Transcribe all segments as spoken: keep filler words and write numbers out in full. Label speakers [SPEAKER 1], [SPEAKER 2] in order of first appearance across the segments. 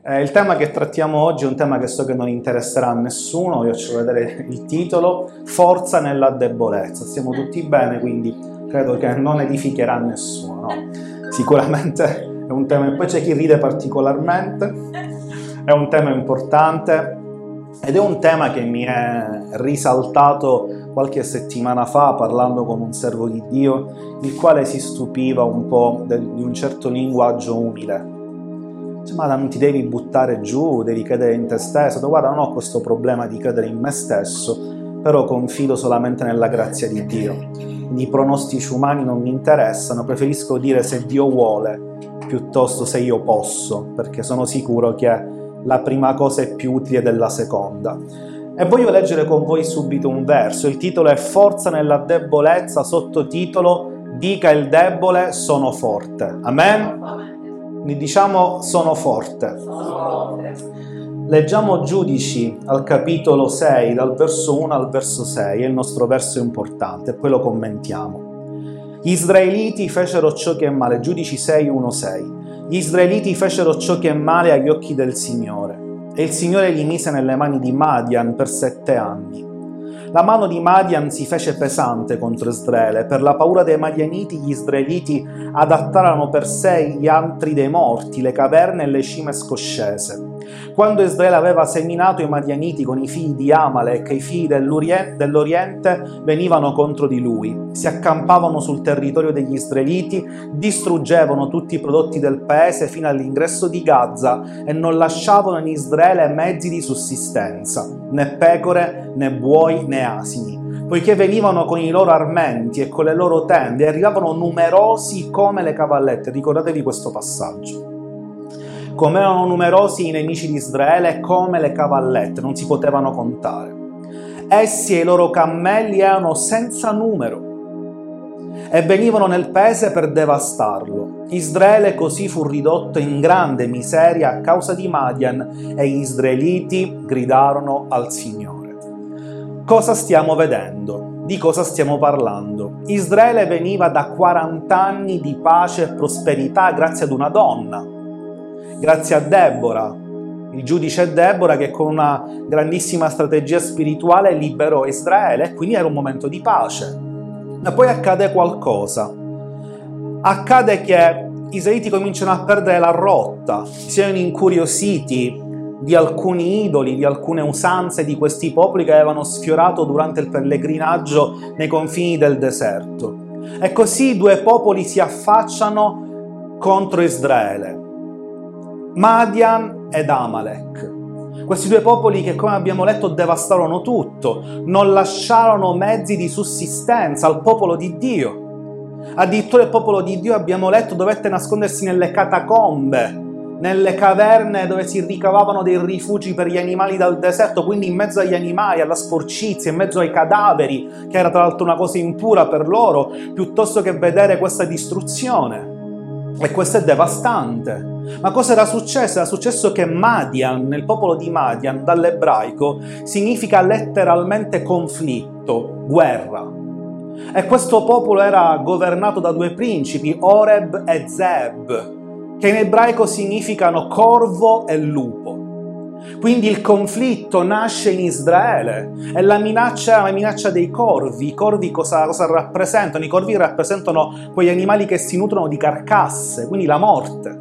[SPEAKER 1] Eh, il tema che trattiamo oggi è un tema che so che non interesserà a nessuno, vi faccio vedere il titolo, Forza nella debolezza. Stiamo tutti bene, quindi credo che non edificherà nessuno, no? Sicuramente è un tema, e poi c'è chi ride particolarmente, è un tema importante ed è un tema che mi è risaltato qualche settimana fa parlando con un servo di Dio, il quale si stupiva un po' del, di un certo linguaggio umile. Dice, ma non ti devi buttare giù, devi credere in te stesso. Dico, guarda, non ho questo problema di credere in me stesso, però confido solamente nella grazia di Dio. I pronostici umani non mi interessano, preferisco dire se Dio vuole piuttosto se io posso, perché sono sicuro che la prima cosa è più utile della seconda. E voglio leggere con voi subito un verso, il titolo è Forza nella debolezza, sottotitolo Dica il debole, sono forte. Amen? Quindi diciamo sono forte. Leggiamo Giudici al capitolo sei, dal verso uno al verso sei, è il nostro verso importante, e poi lo commentiamo. Gli Israeliti fecero ciò che è male, Giudici sei, uno, sei. Gli Israeliti fecero ciò che è male agli occhi del Signore, e il Signore li mise nelle mani di Madian per sette anni. La mano di Madian si fece pesante contro Israele. Per la paura dei Madianiti gli Israeliti adattarono per sé gli antri dei morti, le caverne e le cime scoscese. Quando Israele aveva seminato i Madianiti con i figli di Amalek e i figli dell'Oriente venivano contro di lui, si accampavano sul territorio degli Israeliti, distruggevano tutti i prodotti del paese fino all'ingresso di Gaza e non lasciavano in Israele mezzi di sussistenza, né pecore, né buoi, né asini, poiché venivano con i loro armenti e con le loro tende e arrivavano numerosi come le cavallette. Ricordatevi questo passaggio. Come erano numerosi i nemici di Israele come le cavallette, non si potevano contare. Essi e i loro cammelli erano senza numero e venivano nel paese per devastarlo. Israele così fu ridotto in grande miseria a causa di Madian e gli israeliti gridarono al Signore. Cosa stiamo vedendo? Di cosa stiamo parlando? Israele veniva da quaranta anni di pace e prosperità grazie ad una donna, grazie a Deborah, il giudice Deborah che con una grandissima strategia spirituale liberò Israele e quindi era un momento di pace. Ma poi accade qualcosa. Accade che gli israeliti cominciano a perdere la rotta, siano incuriositi di alcuni idoli, di alcune usanze di questi popoli che avevano sfiorato durante il pellegrinaggio nei confini del deserto. E così due popoli si affacciano contro Israele, Madian ed Amalek. Questi due popoli che, come abbiamo letto, devastarono tutto, non lasciarono mezzi di sussistenza al popolo di Dio. Addirittura il popolo di Dio, abbiamo letto, dovette nascondersi nelle catacombe, nelle caverne dove si ricavavano dei rifugi per gli animali dal deserto, quindi in mezzo agli animali, alla sporcizia, in mezzo ai cadaveri, che era tra l'altro una cosa impura per loro, piuttosto che vedere questa distruzione. E questo è devastante. Ma cosa era successo? Era successo che Madian, nel popolo di Madian, dall'ebraico, significa letteralmente conflitto, guerra. E questo popolo era governato da due principi, Oreb e Zeb, che in ebraico significano corvo e lupo. Quindi il conflitto nasce in Israele e la minaccia è la minaccia dei corvi. I corvi cosa, cosa rappresentano? I corvi rappresentano quegli animali che si nutrono di carcasse, quindi la morte.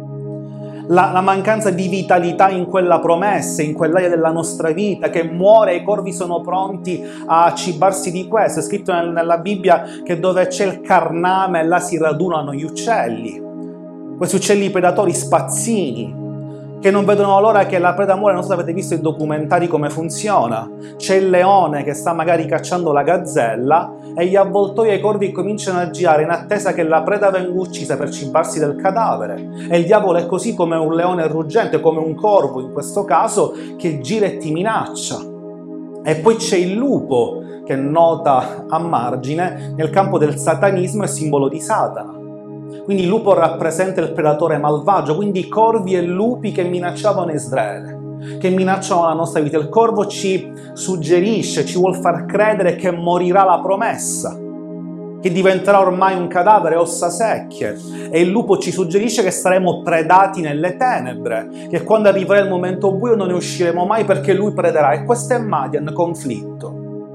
[SPEAKER 1] La, la mancanza di vitalità in quella promessa, in quell'area della nostra vita che muore, i corvi sono pronti a cibarsi di questo. È scritto nel, nella Bibbia che dove c'è il carname là si radunano gli uccelli. Questi uccelli predatori spazzini, che non vedono l'ora che la preda muore. Non so se avete visto i documentari come funziona. C'è il leone che sta magari cacciando la gazzella e gli avvoltoi e i corvi cominciano a girare in attesa che la preda venga uccisa per cibarsi del cadavere. E il diavolo è così come un leone ruggente, come un corvo in questo caso, che gira e ti minaccia. E poi c'è il lupo, che nota a margine, nel campo del satanismo è simbolo di Satana. Quindi il lupo rappresenta il predatore malvagio, quindi corvi e lupi che minacciavano Israele, che minacciano la nostra vita. Il corvo ci suggerisce, ci vuol far credere che morirà la promessa. che diventerà ormai un cadavere, ossa secche, e il lupo ci suggerisce che saremo predati nelle tenebre, che quando arriverà il momento buio non ne usciremo mai perché lui prederà, e questo è Madian, conflitto.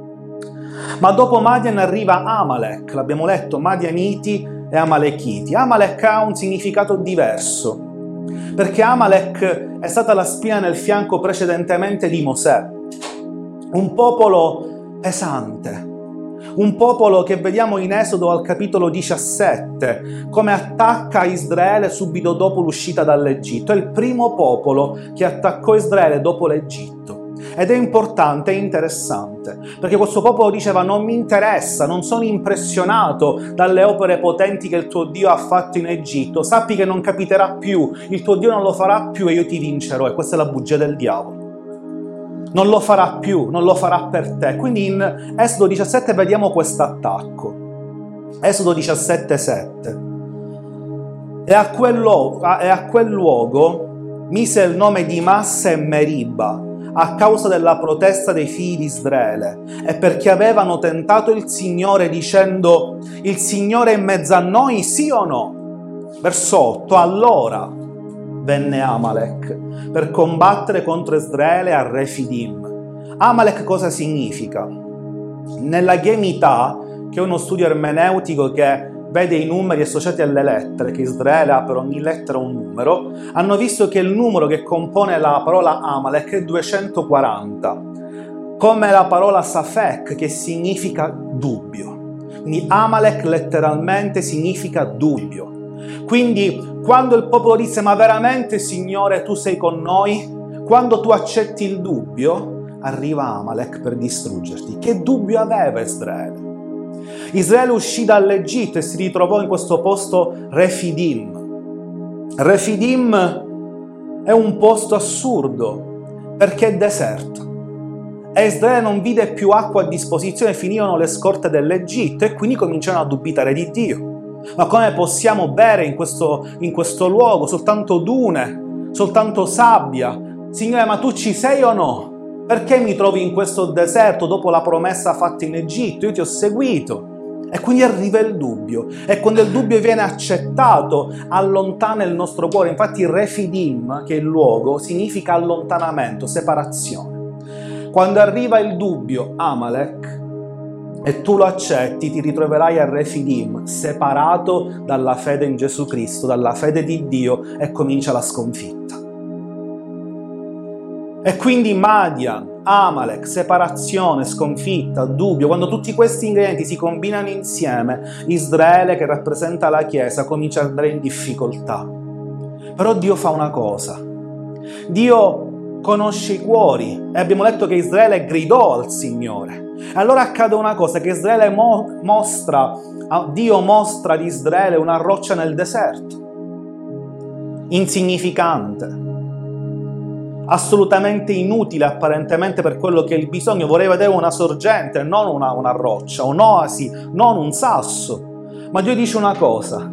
[SPEAKER 1] Ma dopo Madian arriva Amalek, l'abbiamo letto, Madianiti e Amalechiti. Amalek ha un significato diverso, perché Amalek è stata la spina nel fianco precedentemente di Mosè, un popolo pesante, un popolo che vediamo in Esodo al capitolo diciassette, come attacca Israele subito dopo l'uscita dall'Egitto. È il primo popolo che attaccò Israele dopo l'Egitto. Ed è importante e interessante, perché questo popolo diceva: non mi interessa, non sono impressionato dalle opere potenti che il tuo Dio ha fatto in Egitto, sappi che non capiterà più, il tuo Dio non lo farà più e io ti vincerò. E questa è la bugia del diavolo. Non lo farà più, non lo farà per te. Quindi in Esodo diciassette vediamo questo attacco. Esodo diciassette sette. E a quel luogo, e a quel luogo mise il nome di Massa e Meriba, a causa della protesta dei figli di Israele, e perché avevano tentato il Signore dicendo: il Signore è in mezzo a noi, sì o no? Verso otto. Allora venne Amalek per combattere contro Israele a Refidim. Amalek cosa significa? Nella Gemità, che è uno studio ermeneutico che vede i numeri associati alle lettere, che Israele ha per ogni lettera un numero, hanno visto che il numero che compone la parola Amalek è duecentoquaranta, come la parola Safek, che significa dubbio. Quindi Amalek letteralmente significa dubbio. Quindi quando il popolo disse: ma veramente Signore tu sei con noi? Quando tu accetti il dubbio, arriva Amalek per distruggerti. Che dubbio aveva Israele? Israele uscì dall'Egitto e si ritrovò in questo posto Refidim. Refidim è un posto assurdo perché è deserto. E Israele non vide più acqua a disposizione, finirono le scorte dell'Egitto e quindi cominciarono a dubitare di Dio. Ma come possiamo bere in questo, in questo luogo? Soltanto dune, soltanto sabbia. Signore, ma tu ci sei o no? Perché mi trovi in questo deserto dopo la promessa fatta in Egitto? Io ti ho seguito. E quindi arriva il dubbio. E quando il dubbio viene accettato, allontana il nostro cuore. Infatti Refidim, che è il luogo, significa allontanamento, separazione. Quando arriva il dubbio, Amalek, e tu lo accetti, ti ritroverai a Refidim, separato dalla fede in Gesù Cristo, dalla fede di Dio, e comincia la sconfitta. E quindi Madian, Amalek, separazione, sconfitta, dubbio, quando tutti questi ingredienti si combinano insieme, Israele, che rappresenta la Chiesa, comincia ad andare in difficoltà. Però Dio fa una cosa. Dio conosce i cuori, e abbiamo letto che Israele gridò al Signore. Allora accade una cosa, che Israele mo- mostra, Dio mostra ad Israele una roccia nel deserto, insignificante, assolutamente inutile apparentemente per quello che è il bisogno. Vorrei vedere una sorgente, non una, una roccia, un'oasi, non un sasso. Ma Dio dice una cosa: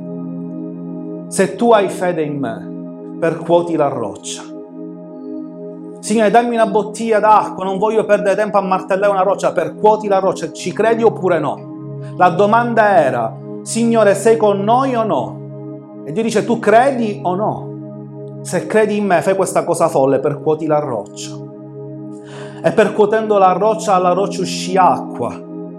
[SPEAKER 1] se tu hai fede in me, percuoti la roccia. Signore, dammi una bottiglia d'acqua, non voglio perdere tempo a martellare una roccia, percuoti la roccia, ci credi oppure no? La domanda era: Signore, sei con noi o no? E Dio dice: tu credi o no? Se credi in me, fai questa cosa folle, percuoti la roccia. E percuotendo la roccia, alla roccia uscì acqua,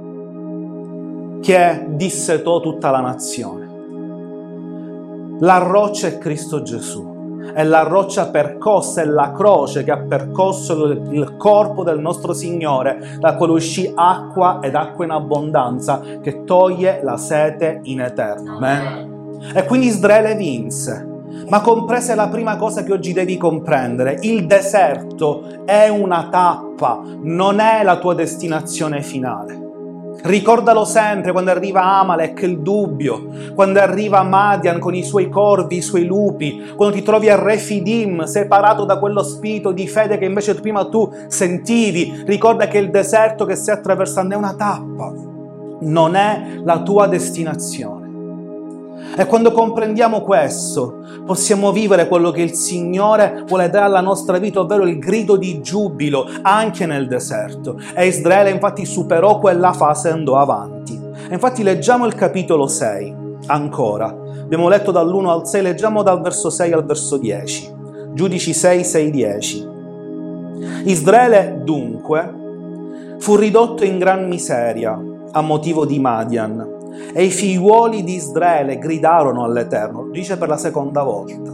[SPEAKER 1] che dissetò tutta la nazione. La roccia è Cristo Gesù. È la roccia percossa, è la croce che ha percosso il corpo del nostro Signore, da quale uscì acqua ed acqua in abbondanza, che toglie la sete in eterno. Amen. E quindi Israele vinse, ma comprese la prima cosa che oggi devi comprendere: il deserto è una tappa, non è la tua destinazione finale. Ricordalo sempre quando arriva Amalek, il dubbio, quando arriva Madian con i suoi corvi, i suoi lupi, quando ti trovi a Refidim separato da quello spirito di fede che invece prima tu sentivi. Ricorda che il deserto che stai attraversando è una tappa, non è la tua destinazione. E quando comprendiamo questo, possiamo vivere quello che il Signore vuole dare alla nostra vita, ovvero il grido di giubilo anche nel deserto. E Israele infatti superò quella fase e andò avanti. E infatti leggiamo il capitolo sei, ancora. Abbiamo letto dall'uno al sei, leggiamo dal verso sei al verso dieci. Giudici sei, sei, dieci. Israele, dunque, fu ridotto in gran miseria a motivo di Madian, e i figliuoli di Israele gridarono all'Eterno, dice per la seconda volta.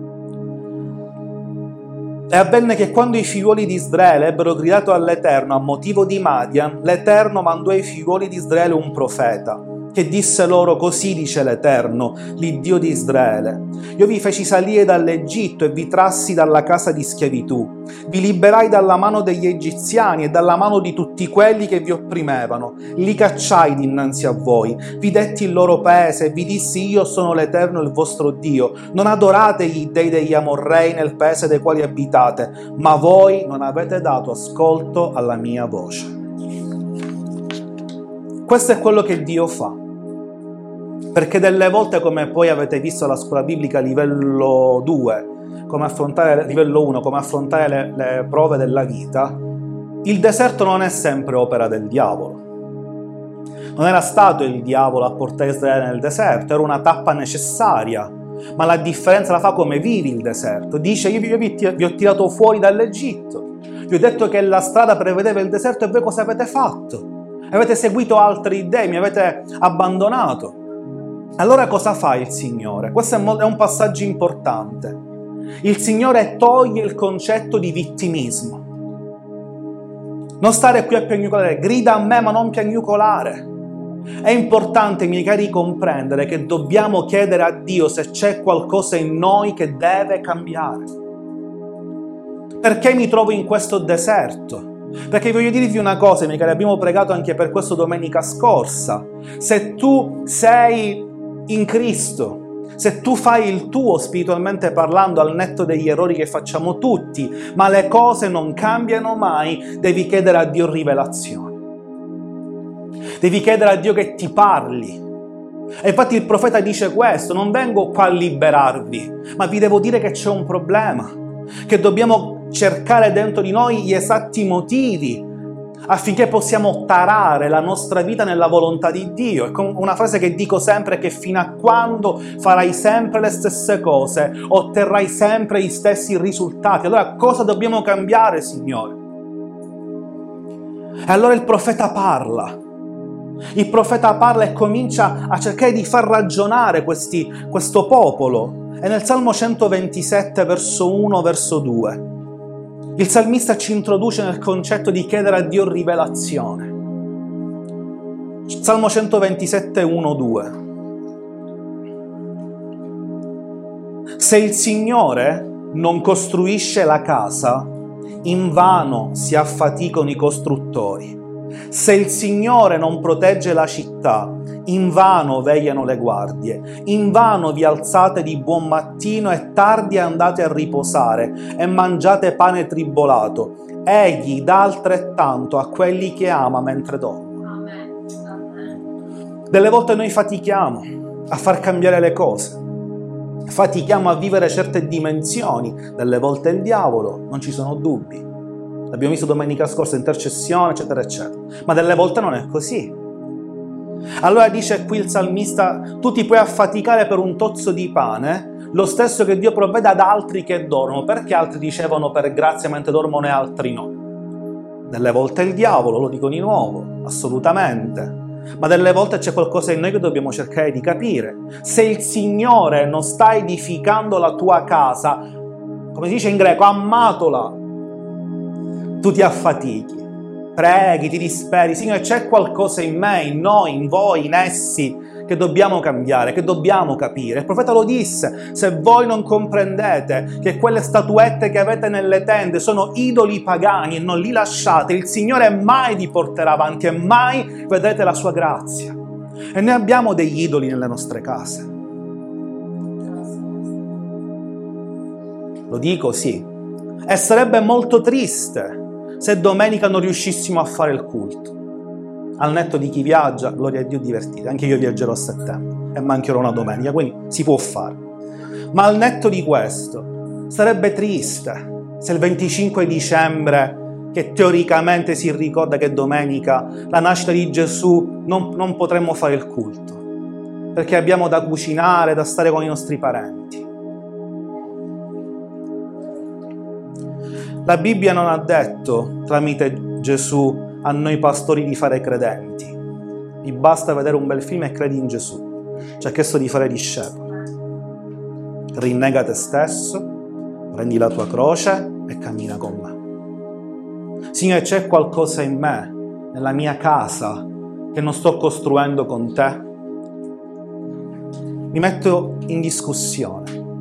[SPEAKER 1] E avvenne che quando i figliuoli di Israele ebbero gridato all'Eterno a motivo di Madian, l'Eterno mandò ai figliuoli di Israele un profeta, che disse loro: così dice l'Eterno, l'Iddio di Israele: io vi feci salire dall'Egitto e vi trassi dalla casa di schiavitù, vi liberai dalla mano degli egiziani e dalla mano di tutti quelli che vi opprimevano, li cacciai dinanzi a voi, vi detti il loro paese e vi dissi: io sono l'Eterno il vostro Dio, non adorate gli dei degli Amorrei nel paese dei quali abitate, ma voi non avete dato ascolto alla mia voce. Questo è quello che Dio fa. Perché delle volte, come poi avete visto alla scuola biblica livello due, come affrontare, livello uno, come affrontare le, le prove della vita, il deserto non è sempre opera del diavolo. Non era stato il diavolo a portare Israele nel deserto, era una tappa necessaria, ma la differenza la fa come vivi il deserto. Dice: io, io vi, vi ho tirato fuori dall'Egitto, vi ho detto che la strada prevedeva il deserto e voi cosa avete fatto? Avete seguito altri dei, mi avete abbandonato. Allora cosa fa il Signore? Questo è un passaggio importante. Il Signore toglie il concetto di vittimismo. Non stare qui a piagnucolare, grida a me ma non piagnucolare. È importante, miei cari, comprendere che dobbiamo chiedere a Dio se c'è qualcosa in noi che deve cambiare. Perché mi trovo in questo deserto? Perché voglio dirvi una cosa, miei cari, abbiamo pregato anche per questo domenica scorsa. Se tu sei in Cristo, se tu fai il tuo spiritualmente parlando, al netto degli errori che facciamo tutti, ma le cose non cambiano mai, devi chiedere a Dio rivelazione. Devi chiedere a Dio che ti parli. E infatti il profeta dice questo: non vengo qua a liberarvi, ma vi devo dire che c'è un problema, che dobbiamo cercare dentro di noi gli esatti motivi affinché possiamo tarare la nostra vita nella volontà di Dio. E con una frase che dico sempre è che fino a quando farai sempre le stesse cose, otterrai sempre gli stessi risultati. Allora cosa dobbiamo cambiare, Signore? E allora il profeta parla. Il profeta parla e comincia a cercare di far ragionare questi, questo popolo. E nel Salmo centoventisette, verso uno, verso due, il salmista ci introduce nel concetto di chiedere a Dio rivelazione. Salmo centoventisette, uno, due. Se il Signore non costruisce la casa, invano si affaticano i costruttori. Se il Signore non protegge la città, invano vegliano le guardie. Invano vi alzate di buon mattino e tardi andate a riposare e mangiate pane tribolato. Egli dà altrettanto a quelli che ama mentre dormono. Amen. Amen. Delle volte noi fatichiamo a far cambiare le cose. Fatichiamo a vivere certe dimensioni. Delle volte il diavolo, non ci sono dubbi. L'abbiamo visto domenica scorsa, intercessione, eccetera, eccetera. Ma delle volte non è così. Allora dice qui il salmista: tu ti puoi affaticare per un tozzo di pane, lo stesso che Dio provvede ad altri che dormono. Perché altri ricevono per grazia mentre dormono e altri no? Delle volte è il diavolo, lo dico di nuovo, assolutamente. Ma delle volte c'è qualcosa in noi che dobbiamo cercare di capire. Se il Signore non sta edificando la tua casa, come si dice in greco, ammatola, tu ti affatichi, preghi, ti disperi. Signore, c'è qualcosa in me, in noi, in voi, in essi, che dobbiamo cambiare, che dobbiamo capire. Il profeta lo disse: se voi non comprendete che quelle statuette che avete nelle tende sono idoli pagani e non li lasciate, il Signore mai vi porterà avanti e mai vedrete la sua grazia. E noi abbiamo degli idoli nelle nostre case. Lo dico, sì. E sarebbe molto triste se domenica non riuscissimo a fare il culto. Al netto di chi viaggia, gloria a Dio, divertite. Anche io viaggerò a settembre e mancherò una domenica, quindi si può fare. Ma al netto di questo, sarebbe triste se il venticinque dicembre, che teoricamente si ricorda che domenica, la nascita di Gesù, non, non potremmo fare il culto, perché abbiamo da cucinare, da stare con i nostri parenti. La Bibbia non ha detto, tramite Gesù, a noi pastori di fare credenti. Mi basta vedere un bel film e credi in Gesù. Ci ha chiesto di fare discepoli. Rinnega te stesso, prendi la tua croce e cammina con me. Signore, c'è qualcosa in me, nella mia casa, che non sto costruendo con te? Mi metto in discussione.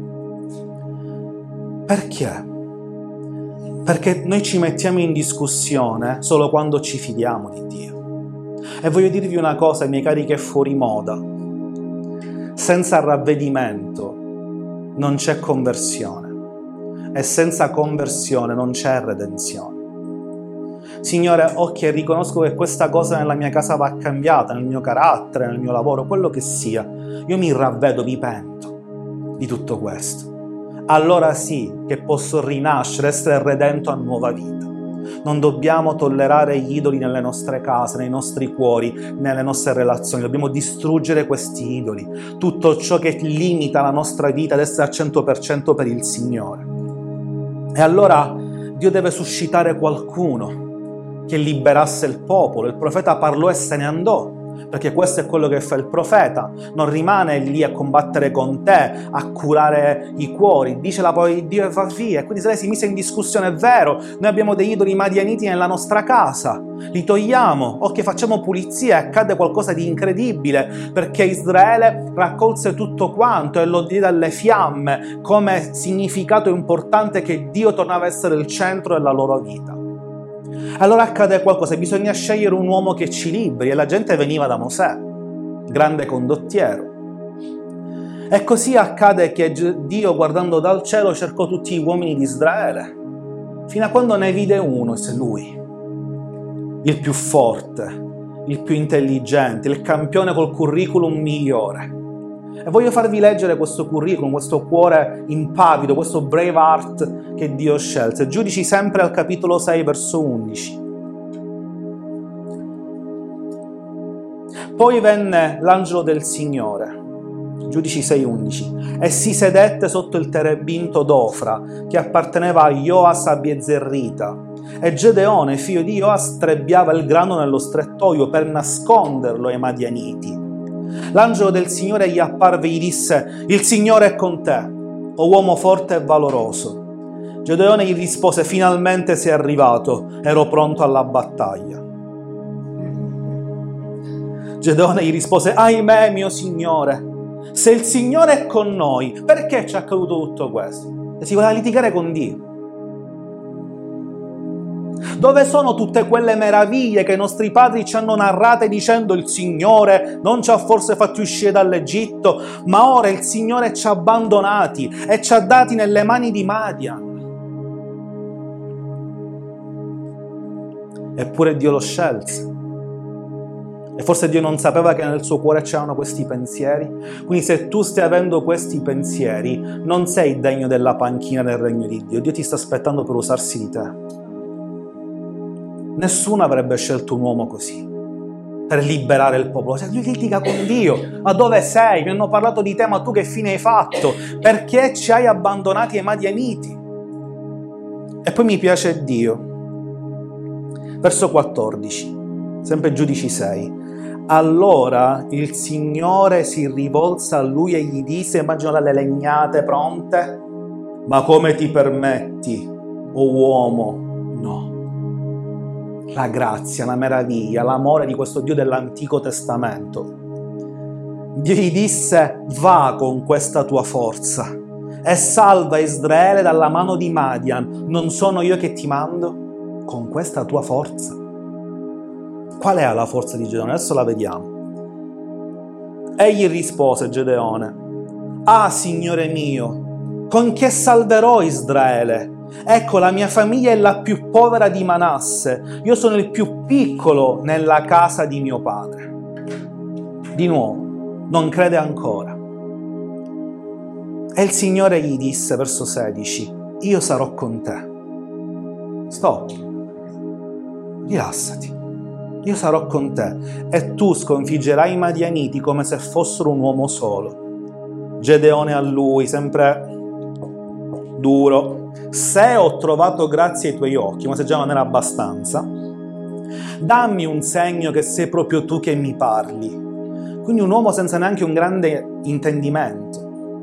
[SPEAKER 1] Perché? Perché noi ci mettiamo in discussione solo quando ci fidiamo di Dio. E voglio dirvi una cosa, miei cari, che è fuori moda. Senza ravvedimento non c'è conversione. E senza conversione non c'è redenzione. Signore, ok, riconosco che questa cosa nella mia casa va cambiata, nel mio carattere, nel mio lavoro, quello che sia. Io mi ravvedo, mi pento di tutto questo. Allora sì che posso rinascere, essere redento a nuova vita. Non dobbiamo tollerare gli idoli nelle nostre case, nei nostri cuori, nelle nostre relazioni. Dobbiamo distruggere questi idoli, tutto ciò che limita la nostra vita ad essere al cento per cento per il Signore. E allora Dio deve suscitare qualcuno che liberasse il popolo. Il profeta parlò e se ne andò, perché questo è quello che fa il profeta. Non rimane lì a combattere con te, a curare i cuori, dice la parola di Dio e va via. Quindi se lei si mise in discussione, è vero, noi abbiamo degli idoli madianiti nella nostra casa, li togliamo, ok, facciamo pulizia, e accade qualcosa di incredibile, perché Israele raccolse tutto quanto e lo diede alle fiamme come significato importante che Dio tornava a essere il centro della loro vita. Allora accade qualcosa, bisogna scegliere un uomo che ci liberi, e la gente veniva da Mosè, grande condottiero. E così accade che Dio, guardando dal cielo, cercò tutti gli uomini di Israele, fino a quando ne vide uno, e se lui, il più forte, il più intelligente, il campione col curriculum migliore. E voglio farvi leggere questo curriculum, questo cuore impavido, questo brave heart che Dio scelse. Giudici sempre al capitolo sei, verso undici. Poi venne l'angelo del Signore, Giudici sei undici, e si sedette sotto il terebinto d'Ofra, che apparteneva a Joas Abiezerrita. E Gedeone, figlio di Joas, trebbiava il grano nello strettoio per nasconderlo ai Madianiti. L'angelo del Signore gli apparve e gli disse: «Il Signore è con te, o uomo forte e valoroso». Gedeone gli rispose: «Finalmente sei arrivato, ero pronto alla battaglia». Gedeone gli rispose: «Ahimè, mio Signore, se il Signore è con noi, perché ci è accaduto tutto questo?» E si voleva litigare con Dio. Dove sono tutte quelle meraviglie che i nostri padri ci hanno narrate dicendo: il Signore non ci ha forse fatti uscire dall'Egitto, ma ora il Signore ci ha abbandonati e ci ha dati nelle mani di Madian. Eppure Dio lo scelse. E forse Dio non sapeva che nel suo cuore c'erano questi pensieri. Quindi se tu stai avendo questi pensieri, non sei degno della panchina del regno di Dio. Dio ti sta aspettando per usarsi di te. Nessuno avrebbe scelto un uomo così per liberare il popolo. Cioè, lui litiga con Dio: ma dove sei? Mi hanno parlato di te, ma tu che fine hai fatto? Perché ci hai abbandonati ai Madianiti? E poi mi piace Dio. Verso quattordici, sempre Giudici sei. Allora il Signore si rivolse a lui e gli disse, immagino le legnate pronte: ma come ti permetti, o uomo? No. La grazia, la meraviglia, l'amore di questo Dio dell'Antico Testamento. Dio gli disse: va con questa tua forza e salva Israele dalla mano di Madian. Non sono io che ti mando? Con questa tua forza. Qual è la forza di Gedeone? Adesso la vediamo. Egli rispose, Gedeone: ah, Signore mio, con che salverò Israele? Ecco, la mia famiglia è la più povera di Manasse, io sono il più piccolo nella casa di mio padre. Di nuovo, non crede ancora. E il Signore gli disse, verso sedici: io sarò con te. Stop. rilassati, io sarò con te e tu sconfiggerai i Madianiti come se fossero un uomo solo. Gedeone a lui, sempre duro: se ho trovato grazia ai tuoi occhi, ma se già non era abbastanza, dammi un segno che sei proprio tu che mi parli. Quindi un uomo senza neanche un grande intendimento.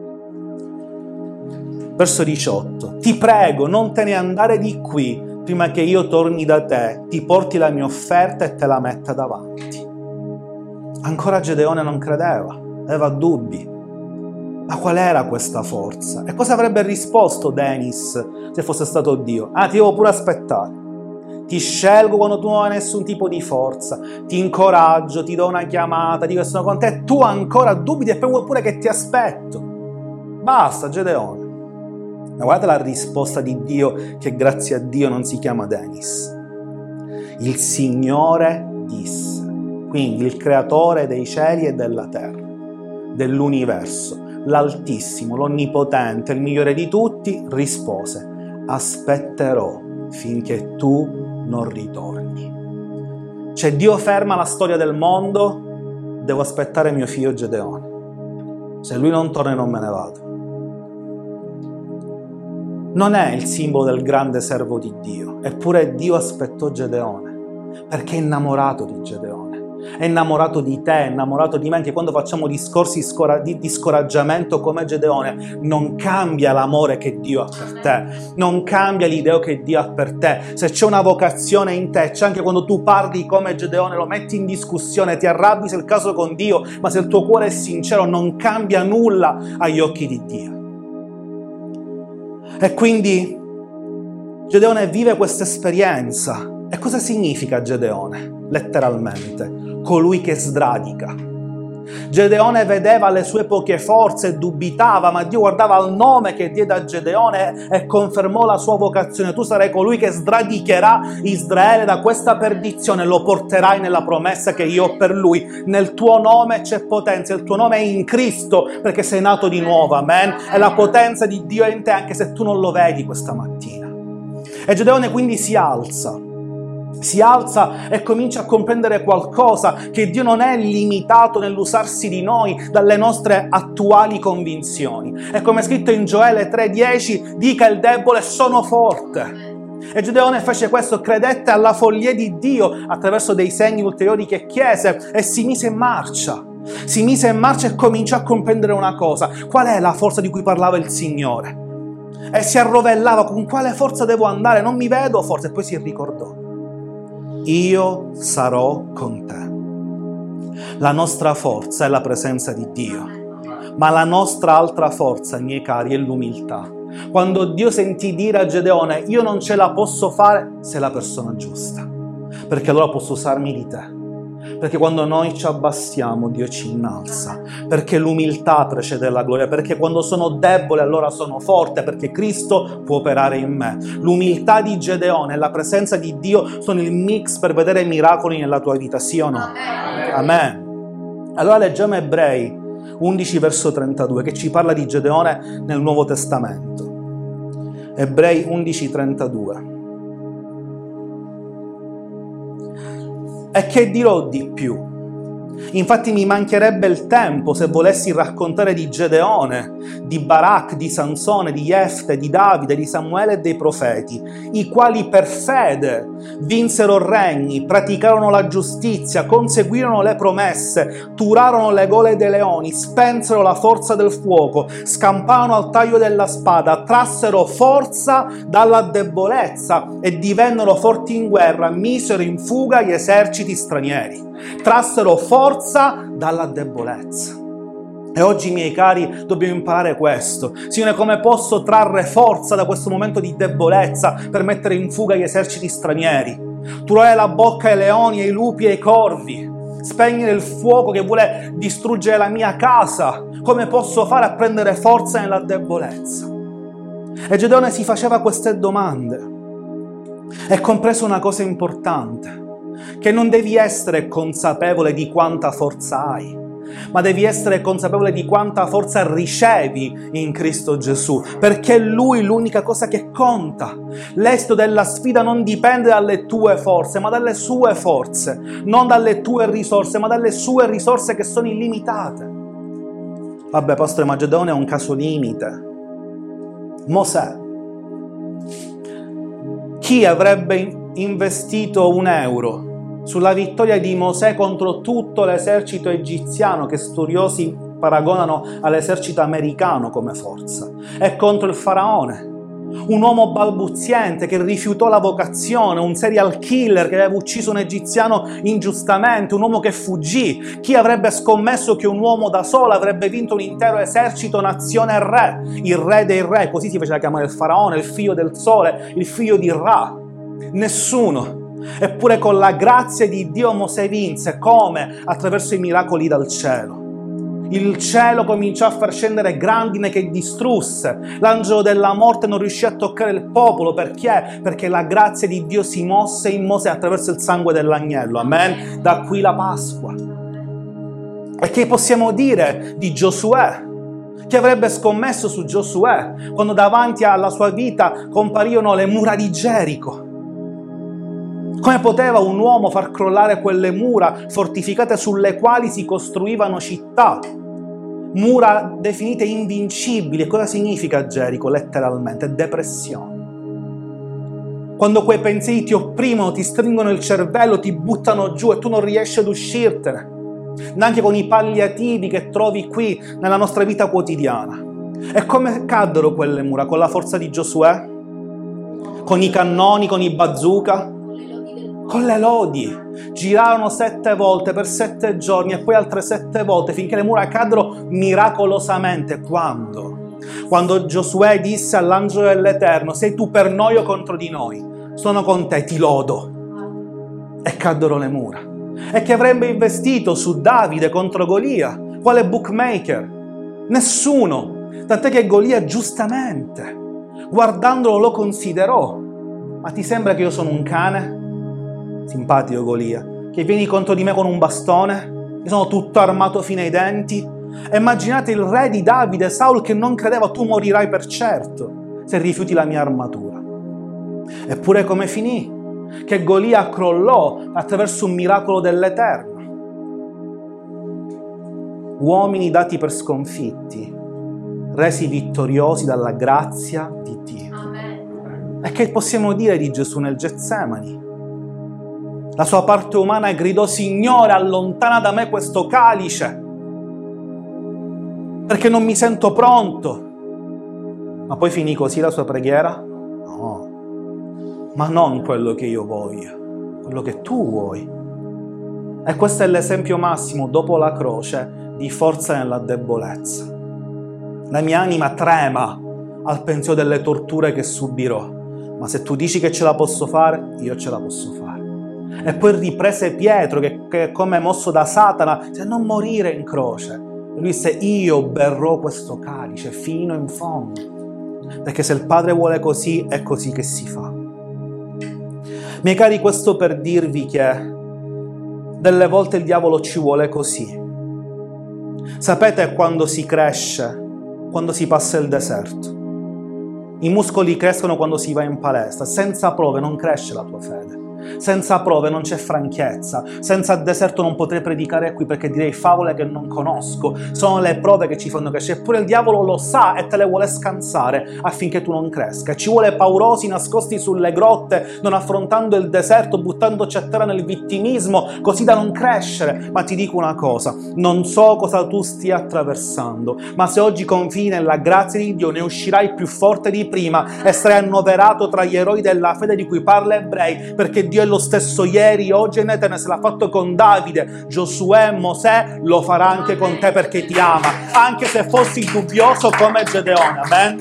[SPEAKER 1] Verso diciotto: ti prego, non te ne andare di qui prima che io torni da te, ti porti la mia offerta e te la metta davanti. Ancora Gedeone non credeva, aveva dubbi. Ma qual era questa forza? E cosa avrebbe risposto Denis se fosse stato Dio? Ah, ti devo pure aspettare. Ti scelgo quando tu non hai nessun tipo di forza, ti incoraggio, ti do una chiamata, dico che sono con te, e tu ancora dubiti e poi vuoi pure che ti aspetto. Basta, Gedeone. Ma guardate la risposta di Dio, che grazie a Dio non si chiama Denis. Il Signore disse, quindi il creatore dei cieli e della terra, dell'universo, l'Altissimo, l'Onnipotente, il migliore di tutti, rispose: aspetterò finché tu non ritorni. Cioè Dio ferma la storia del mondo, devo aspettare mio figlio Gedeone. Se lui non torna non me ne vado. Non è il simbolo del grande servo di Dio, eppure Dio aspettò Gedeone, perché è innamorato di Gedeone, è innamorato di te, è innamorato di me. Anche quando facciamo discorsi di, di scoraggiamento come Gedeone, non cambia l'amore che Dio ha per te, non cambia l'idea che Dio ha per te. Se c'è una vocazione in te, c'è anche quando tu parli come Gedeone, lo metti in discussione, ti arrabbi se è il caso con Dio, ma se il tuo cuore è sincero non cambia nulla agli occhi di Dio. E quindi Gedeone vive questa esperienza. E cosa significa Gedeone? Letteralmente, colui che sradica. Gedeone vedeva le sue poche forze e dubitava, ma Dio guardava al nome che diede a Gedeone e confermò la sua vocazione. Tu sarai colui che sradicherà Israele da questa perdizione, lo porterai nella promessa che io ho per lui. Nel tuo nome c'è potenza, il tuo nome è in Cristo perché sei nato di nuovo, amen? E la potenza di Dio è in te anche se tu non lo vedi questa mattina. E Gedeone quindi si alza. Si alza e comincia a comprendere qualcosa, che Dio non è limitato nell'usarsi di noi dalle nostre attuali convinzioni. E come è scritto in Gioele tre dieci, dica il debole sono forte. E Gedeone fece questo, credette alla follia di Dio attraverso dei segni ulteriori che chiese e si mise in marcia. Si mise in marcia e cominciò a comprendere una cosa: qual è la forza di cui parlava il Signore? E si arrovellava: con quale forza devo andare? Non mi vedo forse. E poi si ricordò: io sarò con te. La nostra forza è la presenza di Dio, ma la nostra altra forza, miei cari, è l'umiltà. Quando Dio sentì dire a Gedeone: io non ce la posso fare, sei la persona giusta, perché allora posso usarmi di te. Perché quando noi ci abbassiamo, Dio ci innalza, perché l'umiltà precede la gloria, perché quando sono debole allora sono forte, perché Cristo può operare in me. L'umiltà di Gedeone e la presenza di Dio sono il mix per vedere miracoli nella tua vita, sì o no? Amen. Amen. Allora leggiamo Ebrei undici verso trentadue, che ci parla di Gedeone nel Nuovo Testamento. Ebrei undici trentadue. E che dirò di più? Infatti mi mancherebbe il tempo se volessi raccontare di Gedeone, di Barak, di Sansone, di Jefte, di Davide, di Samuele e dei profeti, i quali per fede vinsero regni, praticarono la giustizia, conseguirono le promesse, turarono le gole dei leoni, spensero la forza del fuoco, scamparono al taglio della spada, trassero forza dalla debolezza e divennero forti in guerra, misero in fuga gli eserciti stranieri. Trassero forza dalla debolezza. E oggi, miei cari, dobbiamo imparare questo. Signore, come posso trarre forza da questo momento di debolezza per mettere in fuga gli eserciti stranieri? Turare la bocca ai leoni, ai lupi e ai corvi, spegnere il fuoco che vuole distruggere la mia casa. Come posso fare a prendere forza nella debolezza? E Gedeone si faceva queste domande e comprese una cosa importante: che non devi essere consapevole di quanta forza hai, ma devi essere consapevole di quanta forza ricevi in Cristo Gesù, perché è Lui l'unica cosa che conta. L'esito della sfida non dipende dalle tue forze, ma dalle sue forze, non dalle tue risorse, ma dalle sue risorse che sono illimitate. Vabbè, Pastore Macedonia è un caso limite. Mosè. Chi avrebbe investito un euro sulla vittoria di Mosè contro tutto l'esercito egiziano, che studiosi paragonano all'esercito americano come forza, e contro il faraone? Un uomo balbuziente che rifiutò la vocazione, un serial killer che aveva ucciso un egiziano ingiustamente, un uomo che fuggì. Chi avrebbe scommesso che un uomo da solo avrebbe vinto un intero esercito, nazione e re? Il re dei re, così si faceva chiamare il faraone, il figlio del sole, il figlio di Ra. Nessuno. Eppure con la grazia di Dio Mosè vinse. Come? Attraverso i miracoli dal cielo. Il cielo cominciò a far scendere grandine che distrusse. L'angelo della morte non riuscì a toccare il popolo. Perché? Perché la grazia di Dio si mosse in Mosè attraverso il sangue dell'agnello. Amen? Da qui la Pasqua. E che possiamo dire di Giosuè? Chi avrebbe scommesso su Giosuè quando davanti alla sua vita comparirono le mura di Gerico? Come poteva un uomo far crollare quelle mura fortificate sulle quali si costruivano città? Mura definite invincibili. E cosa significa Gerico letteralmente? Depressione. Quando quei pensieri ti opprimono, ti stringono il cervello, ti buttano giù e tu non riesci ad uscirtene, neanche con i palliativi che trovi qui nella nostra vita quotidiana. E come caddero quelle mura? Con la forza di Giosuè? Con i cannoni, con i bazooka? Con le lodi. Girarono sette volte per sette giorni e poi altre sette volte finché le mura caddero miracolosamente. Quando? Quando Giosuè disse all'angelo dell'Eterno: sei tu per noi o contro di noi? Sono con te, ti lodo. E caddero le mura. E che avrebbe investito su Davide contro Golia? Quale bookmaker? Nessuno. Tant'è che Golia giustamente, guardandolo, lo considerò. Ma ti sembra che io sono un cane? Simpatico Golia, che vieni contro di me con un bastone? Io sono tutto armato fino ai denti. E immaginate il re di Davide, Saul, che non credeva: tu morirai per certo se rifiuti la mia armatura. Eppure come finì? Che Golia crollò attraverso un miracolo dell'Eterno. Uomini dati per sconfitti, resi vittoriosi dalla grazia di Dio. Amen. E che possiamo dire di Gesù nel Getsemani? La sua parte umana gridò: Signore, allontana da me questo calice, perché non mi sento pronto. Ma poi finì così la sua preghiera? No, ma non quello che io voglio, quello che tu vuoi. E questo è l'esempio massimo, dopo la croce, di forza nella debolezza. La mia anima trema al pensiero delle torture che subirò, ma se tu dici che ce la posso fare, io ce la posso fare. E poi riprese Pietro, che, che come mosso da Satana, cioè non morire in croce. E lui disse: io berrò questo calice fino in fondo, perché se il Padre vuole così, è così che si fa. Miei cari, questo per dirvi che delle volte il diavolo ci vuole così. Sapete quando si cresce? Quando si passa il deserto. I muscoli crescono quando si va in palestra. Senza prove non cresce la tua fede. Senza prove non c'è franchezza. Senza deserto non potrei predicare qui, perché direi favole che non conosco. Sono le prove che ci fanno crescere. Eppure il diavolo lo sa e te le vuole scansare affinché tu non cresca. Ci vuole paurosi nascosti sulle grotte, non affrontando il deserto, buttandoci a terra nel vittimismo, così da non crescere. Ma ti dico una cosa: non so cosa tu stia attraversando, ma se oggi confidi nella grazia di Dio, ne uscirai più forte di prima e sarai annoverato tra gli eroi della fede di cui parla Ebrei, perché Dio è lo stesso ieri, oggi e in eterno. Se l'ha fatto con Davide, Giosuè, Mosè, lo farà anche con te, perché ti ama, anche se fossi dubbioso come Gedeone. Amen?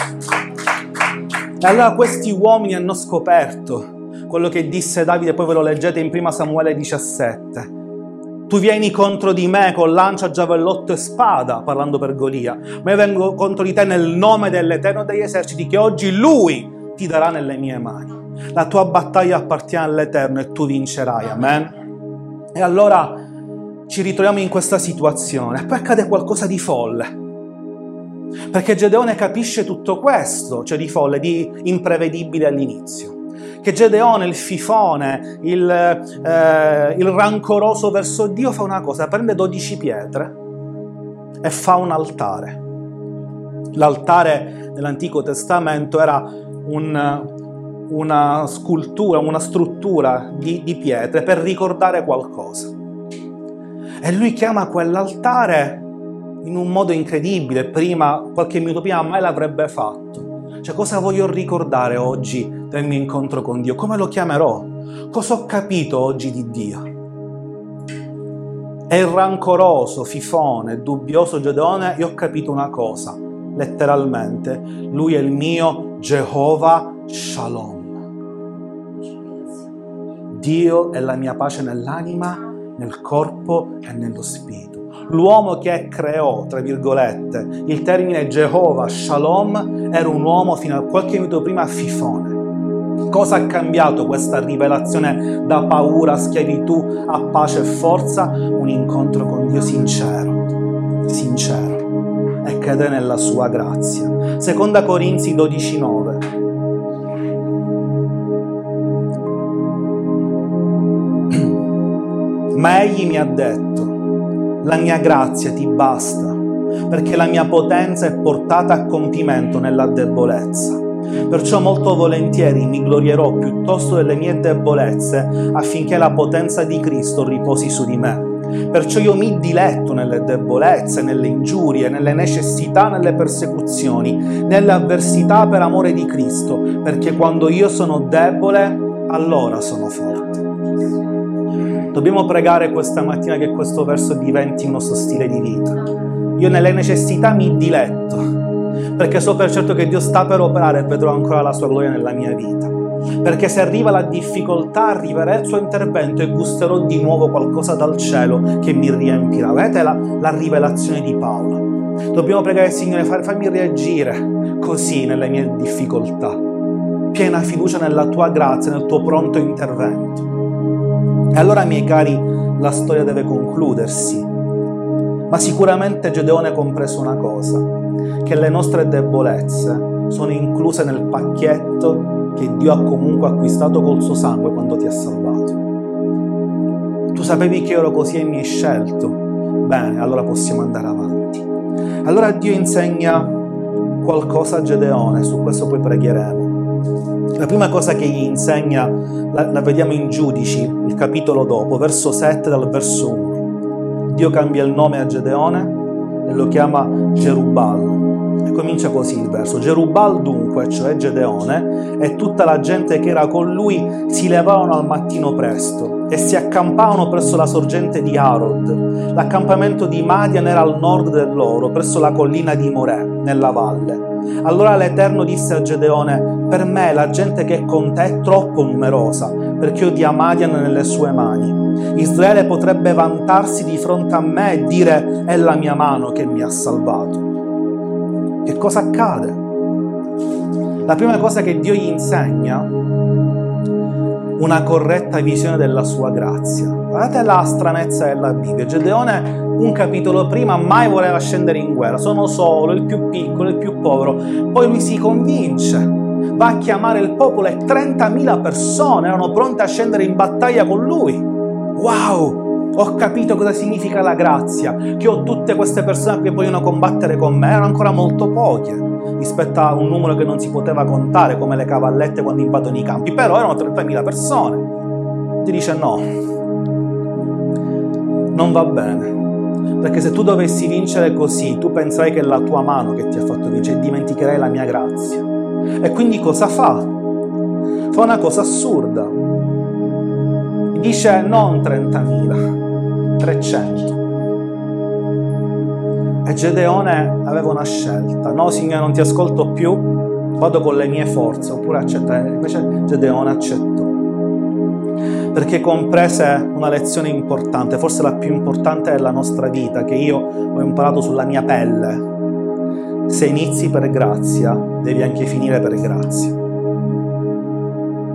[SPEAKER 1] E allora questi uomini hanno scoperto quello che disse Davide, poi ve lo leggete in primo Samuele diciassette. Tu vieni contro di me con lancia, giavellotto e spada, parlando per Golia, ma io vengo contro di te nel nome dell'Eterno degli eserciti, che oggi Lui ti darà nelle mie mani. La tua battaglia appartiene all'Eterno e tu vincerai. Amen? E allora ci ritroviamo in questa situazione. E poi accade qualcosa di folle. Perché Gedeone capisce tutto questo, cioè di folle, di imprevedibile all'inizio. Che Gedeone, il fifone, il, eh, il rancoroso verso Dio, fa una cosa, prende dodici pietre e fa un altare. L'altare nell'Antico Testamento era un, una scultura, una struttura di, di pietre per ricordare qualcosa. E lui chiama quell'altare in un modo incredibile, prima, qualche minuto prima mai l'avrebbe fatto. Cioè, cosa voglio ricordare oggi del mio incontro con Dio? Come lo chiamerò? Cosa ho capito oggi di Dio? E il rancoroso, fifone, dubbioso Gedeone, io ho capito una cosa, letteralmente, lui è il mio Jehovah Shalom. Dio è la mia pace nell'anima, nel corpo e nello spirito. L'uomo che creò, tra virgolette, il termine Jehovah Shalom era un uomo fino a qualche minuto prima fifone. Cosa ha cambiato questa rivelazione da paura, schiavitù a pace e forza? Un incontro con Dio sincero, sincero, e credere nella sua grazia. Seconda Corinzi dodici nove. Ma egli mi ha detto: la mia grazia ti basta, perché la mia potenza è portata a compimento nella debolezza. Perciò molto volentieri mi glorierò piuttosto delle mie debolezze, affinché la potenza di Cristo riposi su di me. Perciò io mi diletto nelle debolezze, nelle ingiurie, nelle necessità, nelle persecuzioni, nelle avversità per amore di Cristo, perché quando io sono debole, allora sono forte. Dobbiamo pregare questa mattina che questo verso diventi un nostro stile di vita. Io nelle necessità mi diletto, perché so per certo che Dio sta per operare e vedrò ancora la sua gloria nella mia vita. Perché se arriva la difficoltà, arriverà il suo intervento e gusterò di nuovo qualcosa dal cielo che mi riempirà. Vedete la, la rivelazione di Paolo? Dobbiamo pregare, Signore, fammi reagire così nelle mie difficoltà. Piena fiducia nella tua grazia, nel tuo pronto intervento. E allora, miei cari, la storia deve concludersi. Ma sicuramente Gedeone ha compreso una cosa, che le nostre debolezze sono incluse nel pacchetto che Dio ha comunque acquistato col suo sangue quando ti ha salvato. Tu sapevi che io ero così e mi hai scelto? Bene, allora possiamo andare avanti. Allora Dio insegna qualcosa a Gedeone, su questo poi pregheremo. La prima cosa che gli insegna la, la vediamo in Giudici, il capitolo dopo, verso sette dal verso uno. Dio cambia il nome a Gedeone e lo chiama Gerubal. E comincia così il verso. Gerubal dunque, cioè Gedeone, e tutta la gente che era con lui si levarono al mattino presto e si accampavano presso la sorgente di Harod. L'accampamento di Madian era al nord del loro, presso la collina di Morè, nella valle. Allora l'Eterno disse a Gedeone: per me la gente che è con te è troppo numerosa, perché io dia Madian nelle sue mani. Israele potrebbe vantarsi di fronte a me e dire: è la mia mano che mi ha salvato. Che cosa accade? La prima cosa che Dio gli insegna, una corretta visione della sua grazia. Guardate la stranezza della Bibbia. Gedeone, un capitolo prima, mai voleva scendere in guerra. Sono solo, il più piccolo, il più povero. Poi lui si convince, va a chiamare il popolo e trentamila persone erano pronte a scendere in battaglia con lui. Wow! Ho capito cosa significa la grazia, che ho tutte queste persone che vogliono combattere con me. Erano ancora molto poche rispetto a un numero che non si poteva contare, come le cavallette quando invadono i campi, però erano trentamila persone. Ti dice no, non va bene, perché se tu dovessi vincere così, tu penserai che è la tua mano che ti ha fatto vincere e dimenticherai la mia grazia. E quindi cosa fa? Fa una cosa assurda. Dice non trentamila, trecento. E Gedeone aveva una scelta. No, Signore, non ti ascolto più, vado con le mie forze, oppure accettare. Invece Gedeone accettò. Perché comprese una lezione importante, forse la più importante della nostra vita, che io ho imparato sulla mia pelle. Se inizi per grazia, devi anche finire per grazia.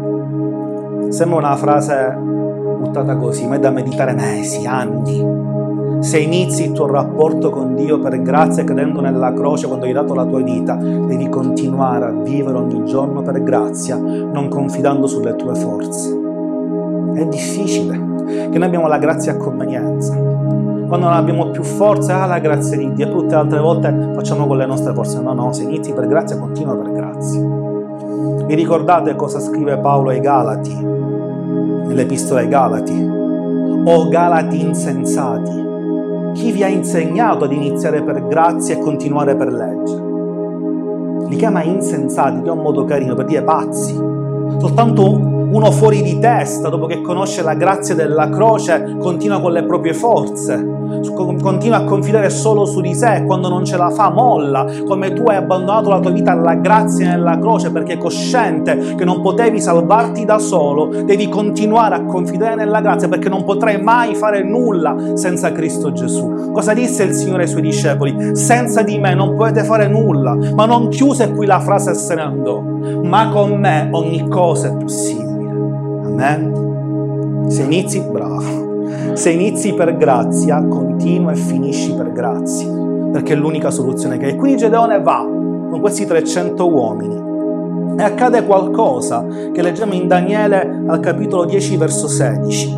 [SPEAKER 1] Sembra una frase buttata così, ma è da meditare mesi, anni. Se inizi il tuo rapporto con Dio per grazia credendo nella croce quando hai dato la tua vita, devi continuare a vivere ogni giorno per grazia, non confidando sulle tue forze. È difficile, che noi abbiamo la grazia a convenienza. Quando non abbiamo più forza, ah, la grazia di Dio, e tutte le altre volte facciamo con le nostre forze. No, no, se inizi per grazia, continua per grazia. Vi ricordate cosa scrive Paolo ai Galati, nell'Epistola ai Galati? O Galati insensati, chi vi ha insegnato ad iniziare per grazia e continuare per legge? Li chiama insensati, che è un modo carino per dire pazzi. Soltanto uno fuori di testa, dopo che conosce la grazia della croce, continua con le proprie forze, continua a confidare solo su di sé, quando non ce la fa molla, come tu hai abbandonato la tua vita alla grazia nella croce perché cosciente che non potevi salvarti da solo, devi continuare a confidare nella grazia perché non potrai mai fare nulla senza Cristo Gesù. Cosa disse il Signore ai Suoi discepoli? Senza di me non potete fare nulla, ma non chiuse qui la frase e se ne andò. Ma con me ogni cosa è possibile. Amen. Se inizi, bravo. Se inizi per grazia, continua e finisci per grazia, perché è l'unica soluzione che hai. Quindi Gedeone va con questi trecento uomini e accade qualcosa che leggiamo in Daniele al capitolo dieci verso sedici.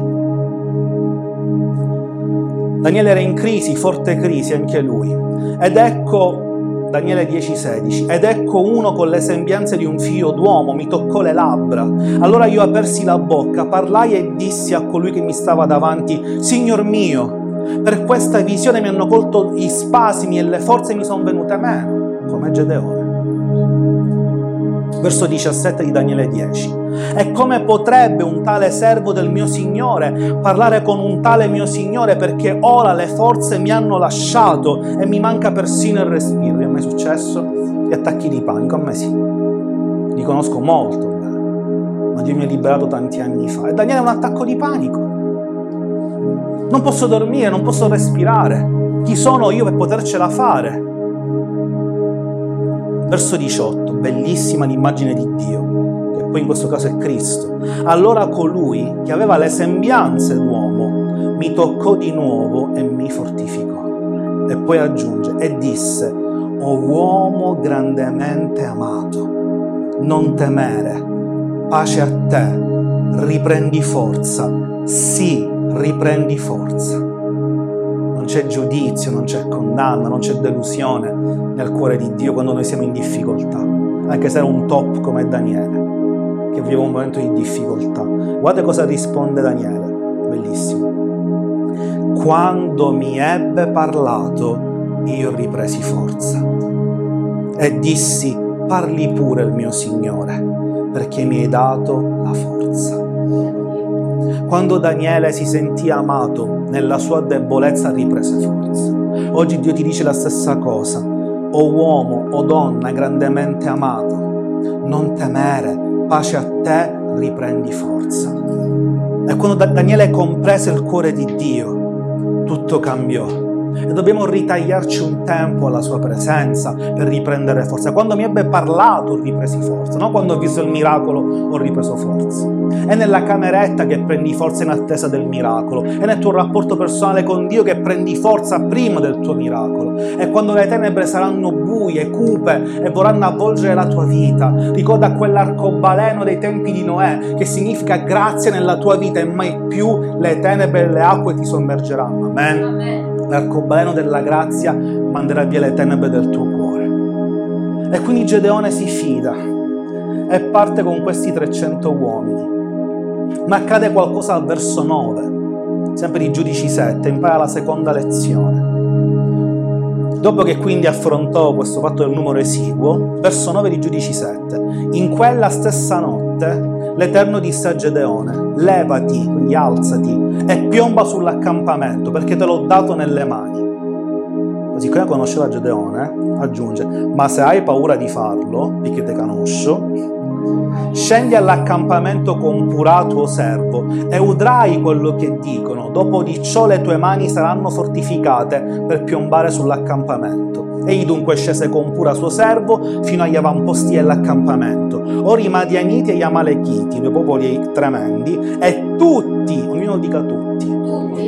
[SPEAKER 1] Daniele era in crisi, forte crisi anche lui, ed ecco Daniele dieci sedici, ed ecco uno con le sembianze di un figlio d'uomo mi toccò le labbra. Allora io apersi la bocca, parlai e dissi a colui che mi stava davanti: Signor mio, per questa visione mi hanno colto gli spasimi e le forze mi sono venute meno, come Gedeone. Verso diciassette di Daniele dieci. E come potrebbe un tale servo del mio Signore parlare con un tale mio Signore, perché ora le forze mi hanno lasciato e mi manca persino il respiro. Vi è mai successo? Gli attacchi di panico? A me sì. Li conosco molto bene, ma Dio mi ha liberato tanti anni fa. E Daniele è un attacco di panico. Non posso dormire, non posso respirare. Chi sono io per potercela fare? Verso diciotto, bellissima l'immagine di Dio, che poi in questo caso è Cristo. Allora colui che aveva le sembianze d'uomo mi toccò di nuovo e mi fortificò. E poi aggiunge, e disse: o uomo grandemente amato, non temere, pace a te, riprendi forza, sì, riprendi forza. Non c'è giudizio, non c'è condanna, non c'è delusione nel cuore di Dio quando noi siamo in difficoltà, anche se era un top come Daniele, che viveva un momento di difficoltà. Guardate cosa risponde Daniele, bellissimo. Quando mi ebbe parlato, io ripresi forza e dissi: parli pure il mio Signore, perché mi hai dato la forza. Quando Daniele si sentì amato, nella sua debolezza riprese forza. Oggi Dio ti dice la stessa cosa: o uomo o donna grandemente amato, non temere, pace a te, riprendi forza. E quando Daniele comprese il cuore di Dio, tutto cambiò. E dobbiamo ritagliarci un tempo alla sua presenza per riprendere forza. Quando mi ebbe parlato ho ripresi forza, no? Quando ho visto il miracolo ho ripreso forza. È nella cameretta che prendi forza in attesa del miracolo, è nel tuo rapporto personale con Dio che prendi forza prima del tuo miracolo. E quando le tenebre saranno buie, cupe e vorranno avvolgere la tua vita, ricorda quell'arcobaleno dei tempi di Noè, che significa grazia nella tua vita e mai più le tenebre e le acque ti sommergeranno. Amen. Amen. L'arcobaleno della grazia manderà via le tenebre del tuo cuore. E quindi Gedeone si fida e parte con questi trecento uomini. Ma accade qualcosa al verso nove, sempre di Giudici sette, impara la seconda lezione. Dopo che quindi affrontò questo fatto del numero esiguo, verso nove di Giudici sette, in quella stessa notte l'Eterno disse a Gedeone: levati, quindi alzati, e piomba sull'accampamento, perché te l'ho dato nelle mani. Così come conosceva Gedeone, aggiunge: ma se hai paura di farlo, perché te conosco, scendi all'accampamento con Purà tuo servo e udrai quello che dicono. Dopo di ciò le tue mani saranno fortificate per piombare sull'accampamento. Egli dunque scese con Purà suo servo fino agli avamposti dell'accampamento. Ora i Madianiti e gli Amalechiti, due popoli tremendi, e tutti, ognuno dica tutti,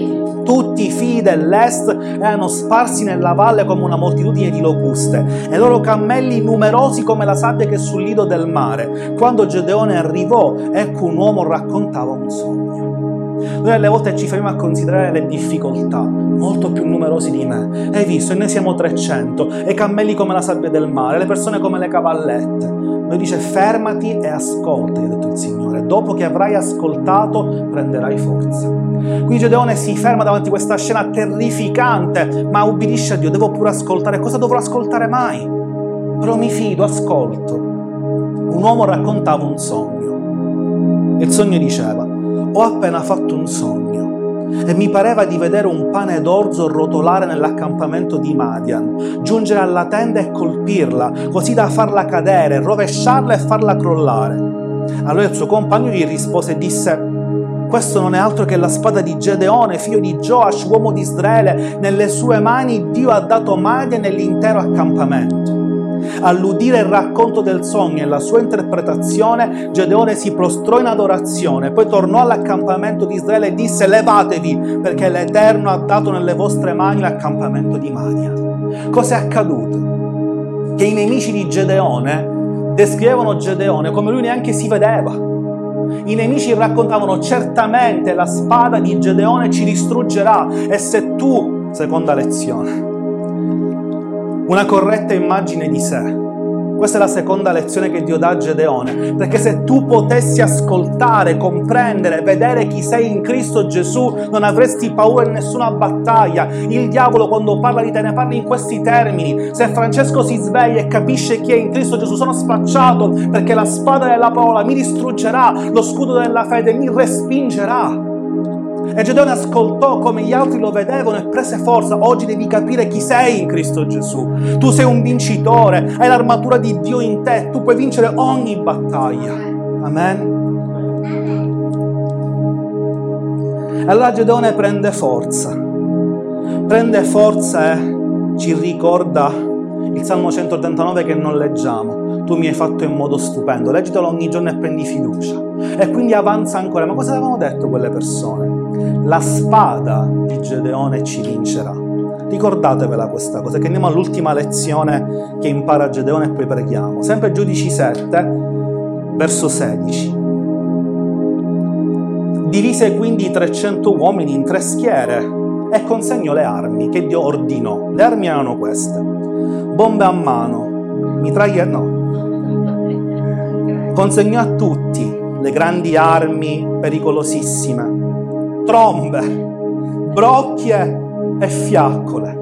[SPEAKER 1] Tutti i figli dell'est erano sparsi nella valle come una moltitudine di locuste, e i loro cammelli numerosi come la sabbia che è sul lido del mare. Quando Gedeone arrivò, ecco un uomo raccontava un sogno. Noi alle volte ci fermiamo a considerare le difficoltà, molto più numerosi di me. Hai visto? E noi siamo trecento, e i cammelli come la sabbia del mare, le persone come le cavallette. Lui dice: fermati e ascolta, gli ha detto il Signore. Dopo che avrai ascoltato, prenderai forza. Quindi Gedeone si ferma davanti a questa scena terrificante, ma ubbidisce a Dio. Devo pure ascoltare. Cosa dovrò ascoltare mai? Però mi fido, ascolto. Un uomo raccontava un sogno. Il sogno diceva: ho appena fatto un sogno e mi pareva di vedere un pane d'orzo rotolare nell'accampamento di Madian, giungere alla tenda e colpirla, così da farla cadere, rovesciarla e farla crollare. Allora il suo compagno gli rispose e disse: questo non è altro che la spada di Gedeone, figlio di Joash, uomo di Israele. Nelle sue mani Dio ha dato Madian e l'intero accampamento. All'udire il racconto del sogno e la sua interpretazione, Gedeone si prostrò in adorazione, poi tornò all'accampamento di Israele e disse: levatevi, perché l'Eterno ha dato nelle vostre mani l'accampamento di Madian. Cosa è accaduto? Che i nemici di Gedeone descrivevano Gedeone come lui neanche si vedeva. I nemici raccontavano: certamente la spada di Gedeone ci distruggerà, e se tu, seconda lezione, una corretta immagine di sé. Questa è la seconda lezione che Dio dà a Gedeone, perché se tu potessi ascoltare, comprendere, vedere chi sei in Cristo Gesù, non avresti paura in nessuna battaglia. Il diavolo, quando parla di te, ne parla in questi termini: se Francesco si sveglia e capisce chi è in Cristo Gesù, sono spacciato, perché la spada della parola mi distruggerà, lo scudo della fede mi respingerà. E Gedeone ascoltò come gli altri lo vedevano e prese forza. Oggi devi capire chi sei in Cristo Gesù. Tu sei un vincitore, hai l'armatura di Dio in te, tu puoi vincere ogni battaglia. Amen. Allora Gedeone prende forza. Prende forza e ci ricorda il Salmo centotrentanove che non leggiamo. Tu mi hai fatto in modo stupendo. Leggitelo ogni giorno e prendi fiducia. E quindi avanza ancora. Ma cosa avevano detto quelle persone? La spada di Gedeone ci vincerà. Ricordatevela questa cosa, che andiamo all'ultima lezione che impara Gedeone e poi preghiamo. Sempre Giudici sette, verso sedici. Divise quindi i trecento uomini in tre schiere e consegnò le armi che Dio ordinò. Le armi erano queste: bombe a mano, mitragliere, no. Consegnò a tutti le grandi armi pericolosissime, trombe, brocchie e fiaccole.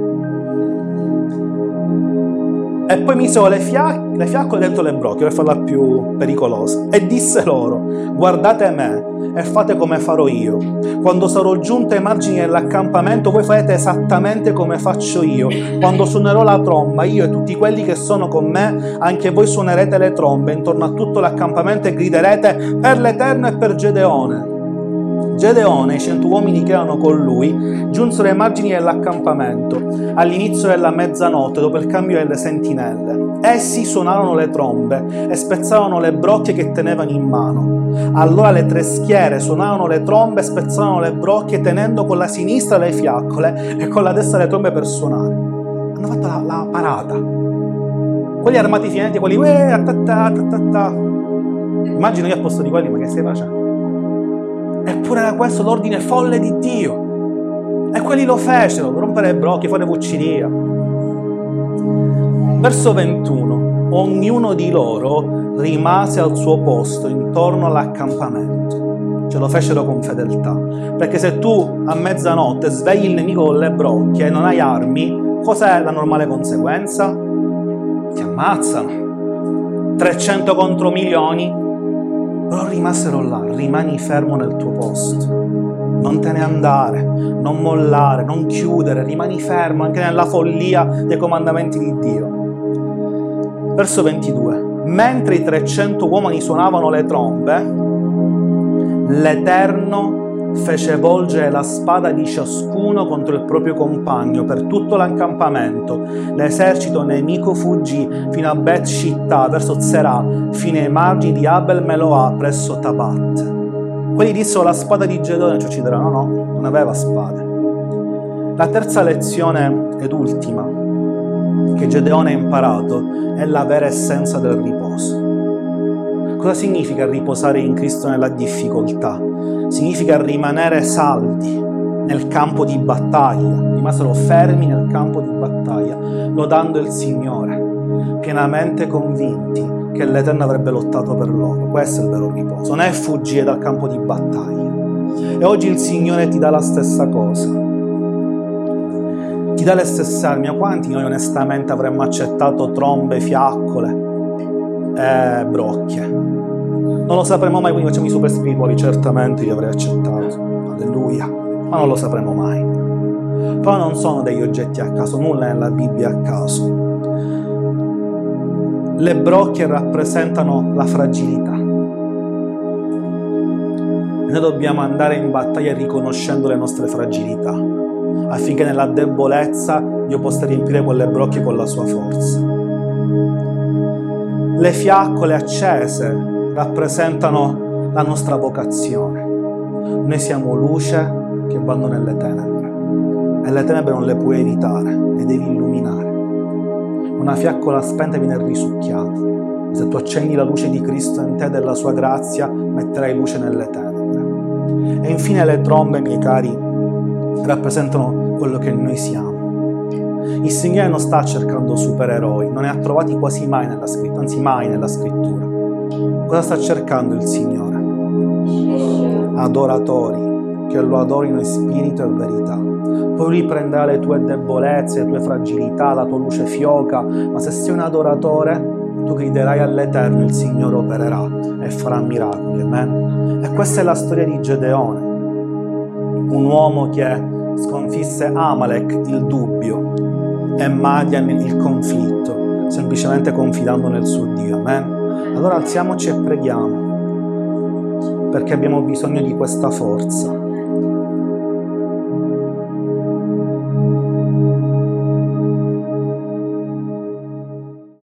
[SPEAKER 1] E poi misero le, fiac- le fiaccole dentro le brocche per farla più pericolosa. E disse loro: guardate me e fate come farò io. Quando sarò giunto ai margini dell'accampamento, voi farete esattamente come faccio io. Quando suonerò la tromba, io e tutti quelli che sono con me, anche voi suonerete le trombe intorno a tutto l'accampamento e griderete: per l'Eterno e per Gedeone. Gedeone e i cento uomini che erano con lui giunsero ai margini dell'accampamento all'inizio della mezzanotte, dopo il cambio delle sentinelle. Essi suonarono le trombe e spezzarono le brocchie che tenevano in mano. Allora le tre schiere suonarono le trombe e spezzarono le brocchie, tenendo con la sinistra le fiaccole e con la destra le trombe per suonare. Hanno fatto la, la parata. Quelli armati finenti, quelli uè, ta ta ta ta ta. Immagino io a posto di quelli: ma che stai facendo? Eppure era questo l'ordine folle di Dio. E quelli lo fecero: rompere le brocche, fare vucciria. Verso ventuno. Ognuno di loro rimase al suo posto intorno all'accampamento. Ce lo fecero con fedeltà. Perché se tu a mezzanotte svegli il nemico con le brocche e non hai armi, cos'è la normale conseguenza? Ti ammazzano. trecento contro milioni. Però rimasero là. Rimani fermo nel tuo posto, non te ne andare, non mollare, non chiudere, rimani fermo anche nella follia dei comandamenti di Dio. Verso ventidue. Mentre i trecento uomini suonavano le trombe, l'Eterno fece volgere la spada di ciascuno contro il proprio compagno per tutto l'accampamento. L'esercito nemico fuggì fino a Bet Shittah, verso Zerah, fino ai margini di Abel Meloah, presso Tabat. Quelli dissero: la spada di Gedeone ci ucciderà. No, no, non aveva spade. La terza lezione ed ultima che Gedeone ha imparato è la vera essenza del riposo. Cosa significa riposare in Cristo nella difficoltà? Significa rimanere saldi nel campo di battaglia. Rimasero fermi nel campo di battaglia, lodando il Signore, pienamente convinti che l'Eterno avrebbe lottato per loro. Questo è il vero riposo, non è fuggire dal campo di battaglia. E oggi il Signore ti dà la stessa cosa. Ti dà le stesse armi. A quanti noi onestamente avremmo accettato trombe, fiaccole e brocchie? Non lo sapremo mai, quindi facciamo i super spirituali, certamente io avrei accettato. Alleluia. Ma non lo sapremo mai. Però non sono degli oggetti a caso, nulla nella Bibbia è a caso. Le brocche rappresentano la fragilità. E noi dobbiamo andare in battaglia riconoscendo le nostre fragilità, affinché nella debolezza Dio possa riempire quelle brocche con la sua forza. Le fiaccole accese rappresentano la nostra vocazione. Noi siamo luce che vanno nelle tenebre e le tenebre non le puoi evitare, le devi illuminare. Una fiaccola spenta viene risucchiata. Se tu accendi la luce di Cristo in te, della sua grazia, metterai luce nelle tenebre. E infine le trombe, miei cari, rappresentano quello che noi siamo. Il Signore non sta cercando supereroi, non ne ha trovati quasi mai nella scrittura, anzi mai nella scrittura. Cosa sta cercando il Signore? Adoratori che lo adorino in spirito e verità. Poi lui prenderà le tue debolezze, le tue fragilità, la tua luce fioca, ma se sei un adoratore, tu griderai all'Eterno, il Signore opererà e farà miracoli. Amen. E questa è la storia di Gedeone, un uomo che sconfisse Amalek, il dubbio, e Madian, il conflitto, semplicemente confidando nel suo Dio. Amen. Allora alziamoci e preghiamo, perché abbiamo bisogno di questa forza.